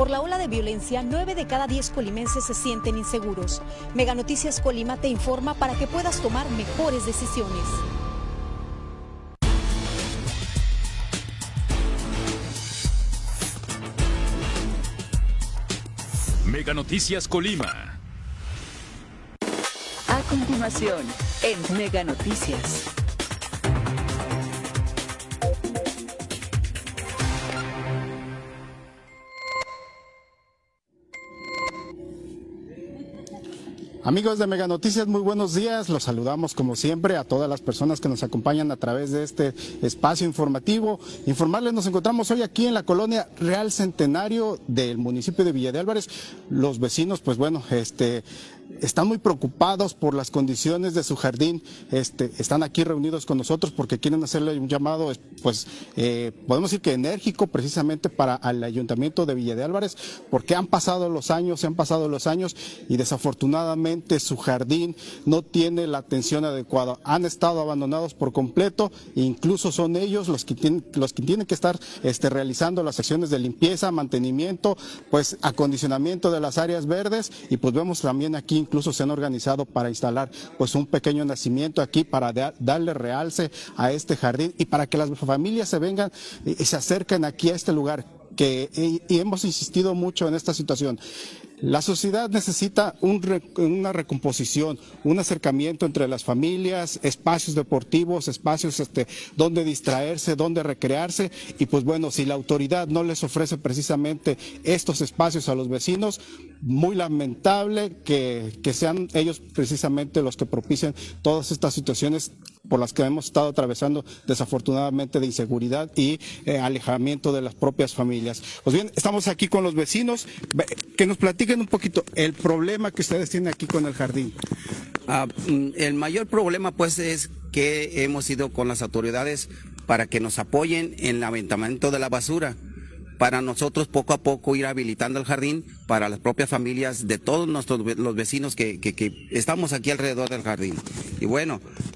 Por la ola de violencia, 9 de cada 10 colimenses se sienten inseguros. Mega Noticias Colima te informa para que puedas tomar mejores decisiones. Mega Noticias Colima. A continuación, en Mega Noticias. Amigos de Mega Noticias, muy buenos días. Los saludamos como siempre a todas las personas que nos acompañan a través de este espacio informativo. Informarles, nos encontramos hoy aquí en la colonia Real Centenario del municipio de Villa de Álvarez. Los vecinos, pues bueno, están muy preocupados por las condiciones de su jardín. Están aquí reunidos con nosotros porque quieren hacerle un llamado, pues podemos decir que enérgico, precisamente para el ayuntamiento de Villa de Álvarez, porque han pasado los años y desafortunadamente su jardín no tiene la atención adecuada. Han estado abandonados por completo e incluso son ellos los que tienen que estar realizando las acciones de limpieza, mantenimiento, pues acondicionamiento de las áreas verdes, y pues vemos también aquí incluso se han organizado para instalar pues un pequeño nacimiento aquí para darle realce a este jardín y para que las familias se vengan y se acerquen aquí a este lugar y hemos insistido mucho en esta situación. La sociedad necesita una recomposición, un acercamiento entre las familias, espacios deportivos, espacios donde distraerse, donde recrearse, y pues bueno, si la autoridad no les ofrece precisamente estos espacios a los vecinos, muy lamentable que sean ellos precisamente los que propician todas estas situaciones por las que hemos estado atravesando desafortunadamente de inseguridad y alejamiento de las propias familias. Pues bien, estamos aquí con los vecinos, que nos platiquen un poquito el problema que ustedes tienen aquí con el jardín. El mayor problema pues es que hemos ido con las autoridades para que nos apoyen en el aventamiento de la basura, para nosotros poco a poco ir habilitando el jardín para las propias familias de todos los vecinos que estamos aquí alrededor del jardín. Y bueno,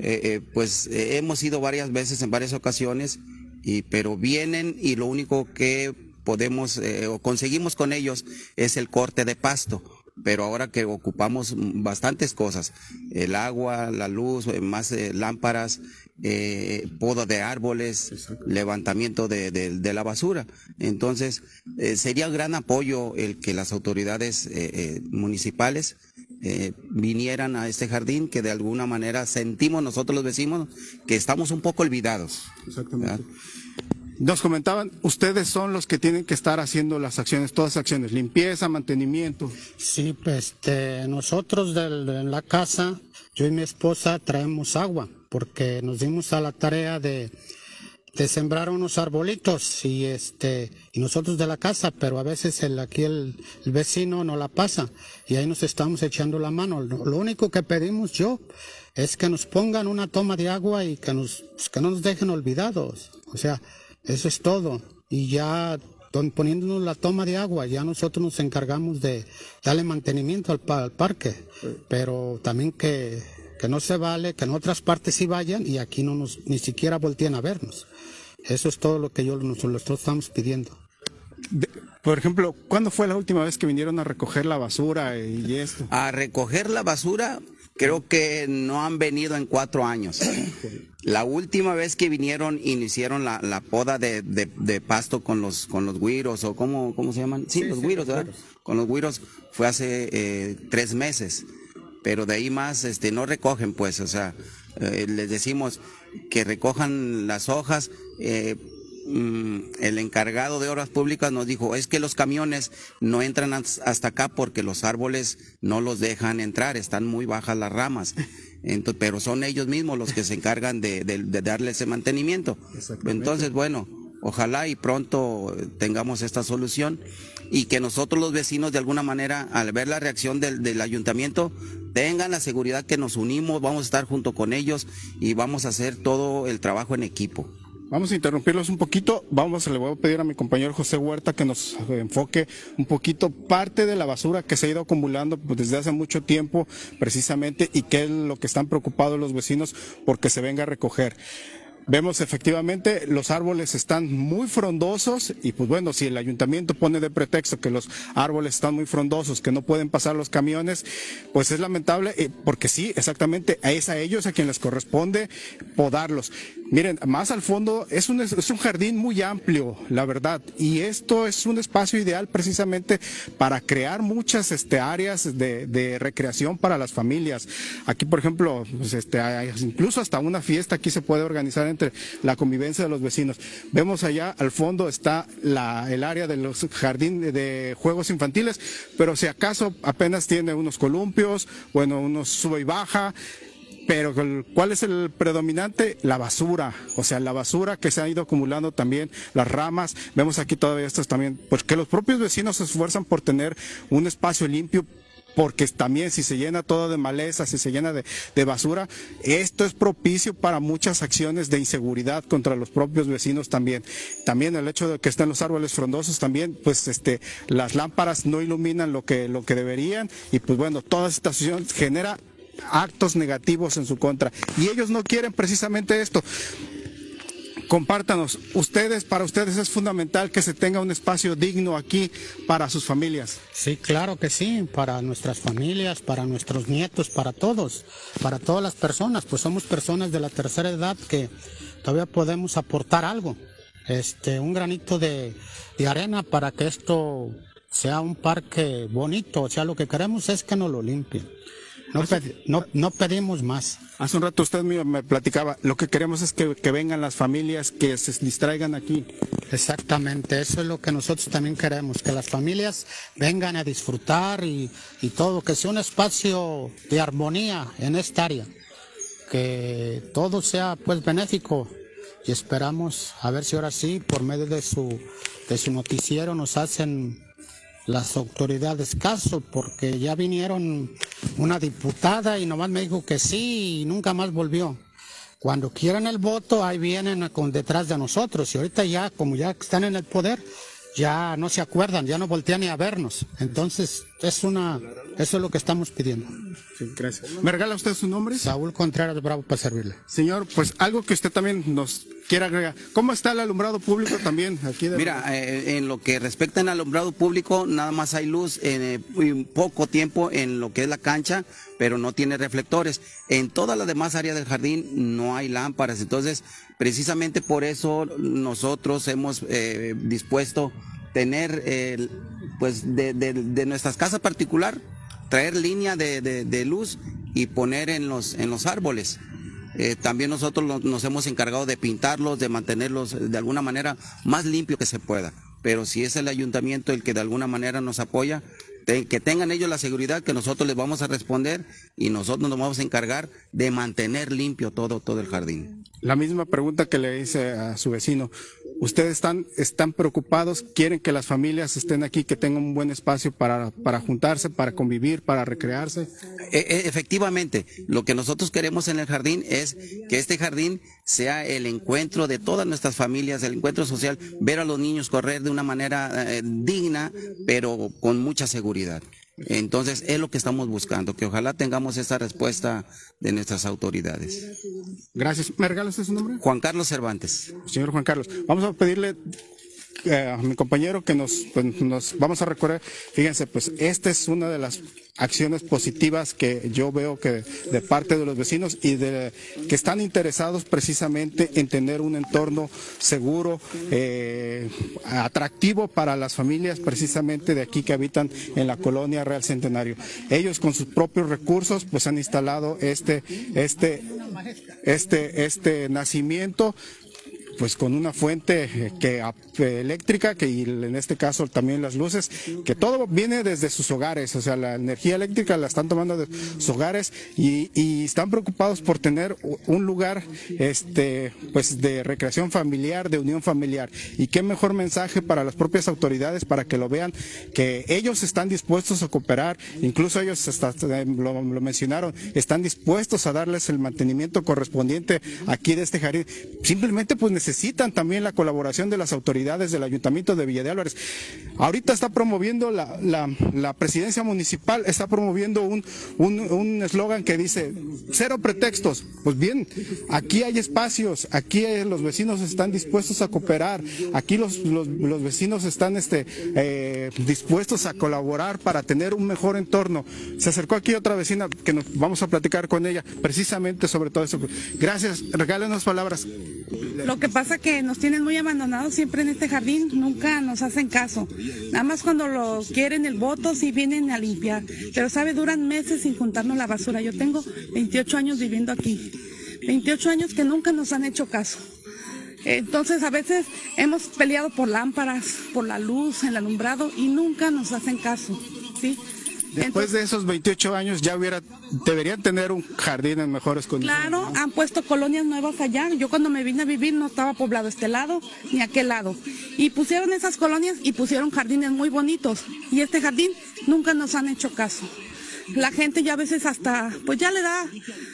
hemos ido varias veces en varias ocasiones, pero vienen y lo único que podemos o conseguimos con ellos es el corte de pasto. Pero ahora que ocupamos bastantes cosas, el agua, la luz, más lámparas, poda de árboles, exacto, levantamiento de la basura. Entonces, sería un gran apoyo el que las autoridades municipales vinieran a este jardín, que de alguna manera sentimos nosotros los vecinos que estamos un poco olvidados. Exactamente. ¿Verdad? Nos comentaban, ustedes son los que tienen que estar haciendo las acciones, todas las acciones, limpieza, mantenimiento. Sí, pues nosotros en la casa, yo y mi esposa traemos agua, porque nos dimos a la tarea de sembrar unos arbolitos y nosotros de la casa, pero a veces el vecino no la pasa y ahí nos estamos echando la mano. Lo único que pedimos es que nos pongan una toma de agua y que no nos dejen olvidados. O sea, eso es todo. Y ya poniéndonos la toma de agua, ya nosotros nos encargamos de darle mantenimiento al parque. Pero también que no se vale, que en otras partes sí vayan y aquí ni siquiera volteen a vernos. Eso es todo lo que nosotros estamos pidiendo. Por ejemplo, ¿cuándo fue la última vez que vinieron a recoger la basura y esto? A recoger la basura, creo que no han venido en 4 años. La última vez que vinieron y hicieron la poda de pasto con los güiros, o ¿cómo se llaman? Sí, los güiros, ¿verdad? Con los güiros fue hace 3 meses. Pero de ahí más no recogen, pues, o sea, les decimos que recojan las hojas. El encargado de obras públicas nos dijo, es que los camiones no entran hasta acá porque los árboles no los dejan entrar, están muy bajas las ramas. Entonces, pero son ellos mismos los que se encargan de darle ese mantenimiento. Entonces, bueno, ojalá y pronto tengamos esta solución y que nosotros los vecinos de alguna manera, al ver la reacción del ayuntamiento, tengan la seguridad que nos unimos, vamos a estar junto con ellos y vamos a hacer todo el trabajo en equipo. Vamos a interrumpirlos un poquito, le voy a pedir a mi compañero José Huerta que nos enfoque un poquito parte de la basura que se ha ido acumulando desde hace mucho tiempo precisamente y qué es lo que están preocupados los vecinos porque se venga a recoger. Vemos efectivamente los árboles están muy frondosos y pues bueno, si el ayuntamiento pone de pretexto que los árboles están muy frondosos, que no pueden pasar los camiones, pues es lamentable porque sí, exactamente, es a ellos a quien les corresponde podarlos. Miren, más al fondo es un jardín muy amplio, la verdad, y esto es un espacio ideal precisamente para crear muchas áreas de recreación para las familias. Aquí, por ejemplo, pues, incluso hasta una fiesta aquí se puede organizar entre la convivencia de los vecinos. Vemos allá al fondo está el área de los jardines de juegos infantiles, pero si acaso apenas tiene unos columpios, bueno, unos sube y baja. Pero ¿cuál es el predominante? La basura, o sea, la basura que se ha ido acumulando también, las ramas. Vemos aquí todavía estos también, pues que los propios vecinos se esfuerzan por tener un espacio limpio, porque también si se llena todo de maleza, si se llena de basura, esto es propicio para muchas acciones de inseguridad contra los propios vecinos también. También el hecho de que estén los árboles frondosos también, pues las lámparas no iluminan lo que deberían y pues bueno, toda esta situación genera actos negativos en su contra y ellos no quieren precisamente esto. Compártanos, para ustedes es fundamental que se tenga un espacio digno aquí para sus familias. Sí, claro que sí, para nuestras familias, para nuestros nietos, para todos, para todas las personas, pues somos personas de la tercera edad que todavía podemos aportar algo, un granito de arena para que esto sea un parque bonito, o sea, lo que queremos es que nos lo limpien. No pedimos más. Hace un rato usted me platicaba, lo que queremos es que vengan las familias, que se distraigan aquí. Exactamente, eso es lo que nosotros también queremos, que las familias vengan a disfrutar y todo, que sea un espacio de armonía en esta área, que todo sea pues benéfico y esperamos a ver si ahora sí, por medio de su noticiero nos hacen las autoridades caso, porque ya vinieron una diputada y nomás me dijo que sí y nunca más volvió. Cuando quieran el voto, ahí vienen detrás de nosotros y ahorita ya, como ya están en el poder, ya no se acuerdan, ya no voltean ni a vernos. Entonces, eso es lo que estamos pidiendo. Sí, gracias. ¿Me regala usted su nombre? Saúl Contreras Bravo, para servirle. Señor, pues algo que usted también nos quiera agregar. ¿Cómo está el alumbrado público también aquí? Mira, en lo que respecta al alumbrado público, nada más hay luz en poco tiempo en lo que es la cancha, pero no tiene reflectores. En todas las demás áreas del jardín no hay lámparas, entonces precisamente por eso nosotros hemos dispuesto tener, pues de nuestras casas particular, traer línea de luz y poner en los árboles. También nosotros nos hemos encargado de pintarlos, de mantenerlos de alguna manera más limpio que se pueda. Pero si es el ayuntamiento el que de alguna manera nos apoya, que tengan ellos la seguridad que nosotros les vamos a responder y nosotros nos vamos a encargar de mantener limpio todo el jardín. La misma pregunta que le hice a su vecino. ¿Ustedes están preocupados? ¿Quieren que las familias estén aquí, que tengan un buen espacio para juntarse, para convivir, para recrearse? Efectivamente, lo que nosotros queremos en el jardín es que este jardín sea el encuentro de todas nuestras familias, el encuentro social, ver a los niños correr de una manera digna, pero con mucha seguridad. Entonces es lo que estamos buscando, que ojalá tengamos esa respuesta de nuestras autoridades. Gracias. ¿Me regala usted su nombre? Juan Carlos Cervantes. Señor Juan Carlos, vamos a pedirle a mi compañero que nos vamos a recorrer. Fíjense, pues esta es una de las acciones positivas que yo veo que de parte de los vecinos y que están interesados precisamente en tener un entorno seguro, atractivo para las familias precisamente de aquí que habitan en la colonia Real Centenario. Ellos con sus propios recursos pues han instalado este nacimiento, pues con una fuente eléctrica, que en este caso también las luces, que todo viene desde sus hogares, o sea, la energía eléctrica la están tomando de sus hogares y están preocupados por tener un lugar pues de recreación familiar, de unión familiar. Y qué mejor mensaje para las propias autoridades para que lo vean, que ellos están dispuestos a cooperar, incluso ellos hasta lo mencionaron, están dispuestos a darles el mantenimiento correspondiente aquí de este jardín. Simplemente pues necesitan también la colaboración de las autoridades del Ayuntamiento de Villa de Álvarez. Ahorita está promoviendo la presidencia municipal, está promoviendo un eslogan que dice cero pretextos. Pues bien, aquí hay espacios, aquí los vecinos están dispuestos a cooperar, aquí los vecinos están dispuestos a colaborar para tener un mejor entorno. Se acercó aquí otra vecina que nos vamos a platicar con ella precisamente sobre todo eso. Gracias, regálenos palabras. Lo que pasa que nos tienen muy abandonados siempre en este jardín, nunca nos hacen caso. Nada más cuando los quieren el voto sí vienen a limpiar, pero duran meses sin juntarnos la basura. Yo tengo 28 años viviendo aquí, 28 años que nunca nos han hecho caso. Entonces a veces hemos peleado por lámparas, por la luz, el alumbrado y nunca nos hacen caso, ¿sí? Después de esos 28 años ya deberían tener un jardín en mejores condiciones. Claro, ¿no? Han puesto colonias nuevas allá. Yo cuando me vine a vivir no estaba poblado este lado ni aquel lado. Y pusieron esas colonias y pusieron jardines muy bonitos. Y este jardín nunca nos han hecho caso. La gente ya a veces hasta, pues ya le da,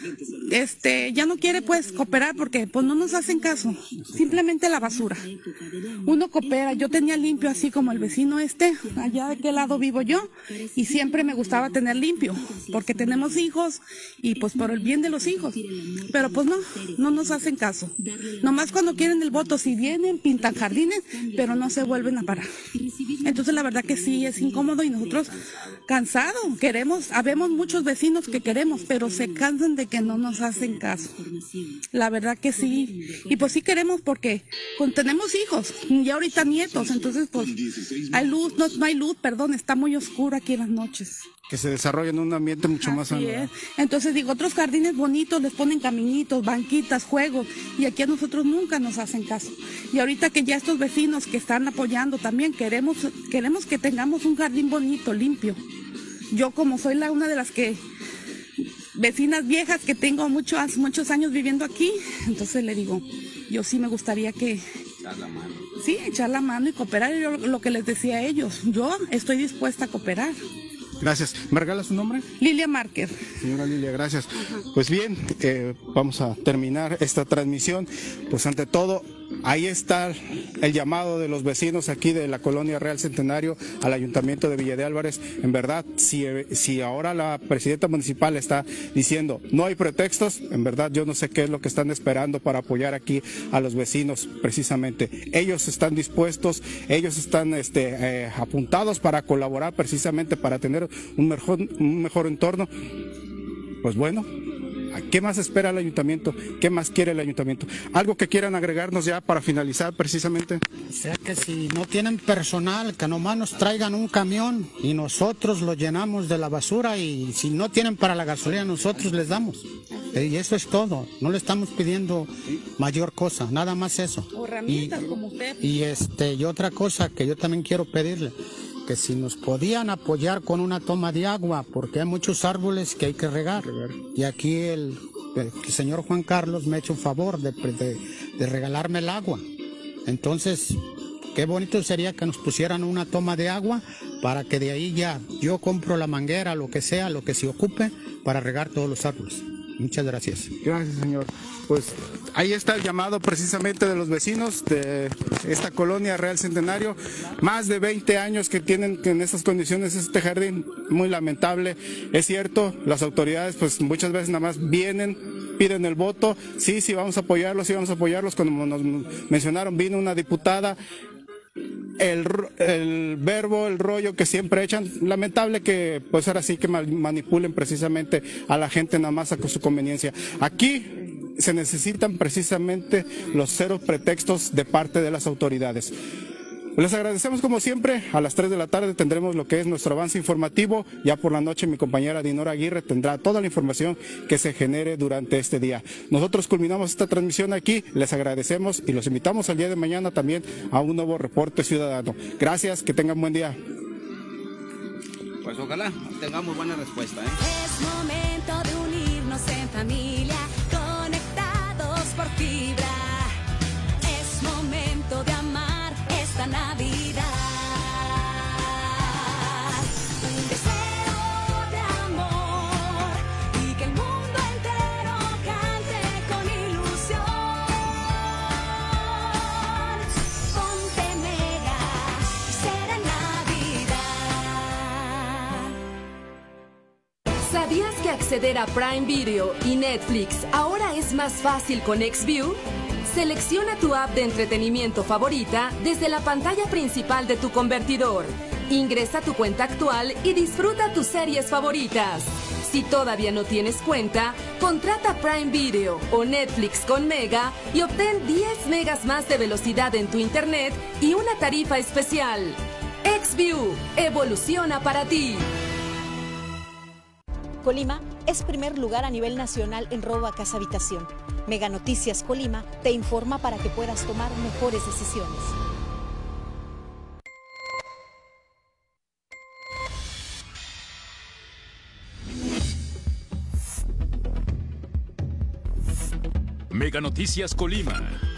ya no quiere pues cooperar porque pues no nos hacen caso, simplemente la basura. Uno coopera, yo tenía limpio así como el vecino allá de aquel lado vivo yo, y siempre me gustaba tener limpio, porque tenemos hijos y pues por el bien de los hijos, pero pues no nos hacen caso. Nomás cuando quieren el voto, si vienen, pintan jardines, pero no se vuelven a parar. Entonces la verdad que sí, es incómodo y nosotros cansados, habemos muchos vecinos que queremos, pero se cansan de que no nos hacen caso. La verdad que sí. Y pues sí queremos porque tenemos hijos y ahorita nietos, entonces pues hay luz, no hay luz, perdón, está muy oscuro aquí en las noches. Que se desarrolla en un ambiente mucho más sano. Entonces digo, otros jardines bonitos les ponen caminitos, banquitas, juegos, y aquí a nosotros nunca nos hacen caso. Y ahorita que ya estos vecinos que están apoyando también, queremos que tengamos un jardín bonito, limpio. Yo como soy una de las vecinas viejas que tengo muchos años viviendo aquí, entonces le digo, yo sí me gustaría que echar la mano y cooperar. Yo, lo que les decía a ellos, yo estoy dispuesta a cooperar. Gracias. ¿Me regala su nombre? Lilia Márquez. Señora Lilia, gracias. Pues bien, vamos a terminar esta transmisión. Pues ante todo, ahí está el llamado de los vecinos aquí de la Colonia Real Centenario al Ayuntamiento de Villa de Álvarez. En verdad, si ahora la presidenta municipal está diciendo no hay pretextos, en verdad yo no sé qué es lo que están esperando para apoyar aquí a los vecinos precisamente. Ellos están dispuestos, ellos están apuntados para colaborar precisamente para tener un mejor entorno. Pues bueno, ¿qué más espera el ayuntamiento? ¿Qué más quiere el ayuntamiento? ¿Algo que quieran agregarnos ya para finalizar precisamente? O sea que si no tienen personal, que nomás nos traigan un camión y nosotros lo llenamos de la basura, y si no tienen para la gasolina nosotros les damos. Y eso es todo, no le estamos pidiendo mayor cosa, nada más eso. O herramientas como usted. Y otra cosa que yo también quiero pedirle, que si nos podían apoyar con una toma de agua, porque hay muchos árboles que hay que regar. Y aquí el señor Juan Carlos me ha hecho un favor de regalarme el agua. Entonces, qué bonito sería que nos pusieran una toma de agua para que de ahí ya yo compro la manguera, lo que sea, lo que se ocupe para regar todos los árboles. Muchas gracias. Gracias, señor. Pues ahí está el llamado precisamente de los vecinos de esta Colonia Real Centenario. Más de 20 años que tienen en estas condiciones este jardín, muy lamentable. Es cierto, las autoridades pues muchas veces nada más vienen, piden el voto, sí, vamos a apoyarlos, como nos mencionaron, vino una diputada. El rollo que siempre echan, lamentable que pues ahora sí que manipulen precisamente a la gente nada más a su conveniencia. Aquí se necesitan precisamente los cero pretextos de parte de las autoridades. Les agradecemos como siempre. A las 3 de la tarde tendremos lo que es nuestro avance informativo. Ya por la noche mi compañera Dinora Aguirre tendrá toda la información que se genere durante este día. Nosotros culminamos esta transmisión aquí. Les agradecemos y los invitamos al día de mañana también a un nuevo reporte ciudadano. Gracias, que tengan buen día. Pues ojalá tengamos buena respuesta. Es momento de unirnos en familia, conectados por fibra. Es momento de amar esta Navidad. Un deseo de amor y que el mundo entero cante con ilusión. acceder a Prime Video y Netflix ahora es más fácil con XView? Selecciona tu app de entretenimiento favorita desde la pantalla principal de tu convertidor. Ingresa tu cuenta actual y disfruta tus series favoritas. Si todavía no tienes cuenta, contrata Prime Video o Netflix con Mega y obtén 10 megas más de velocidad en tu internet y una tarifa especial. XView, evoluciona para ti. Colima es primer lugar a nivel nacional en robo a casa habitación. Mega Noticias Colima te informa para que puedas tomar mejores decisiones. Mega Noticias Colima.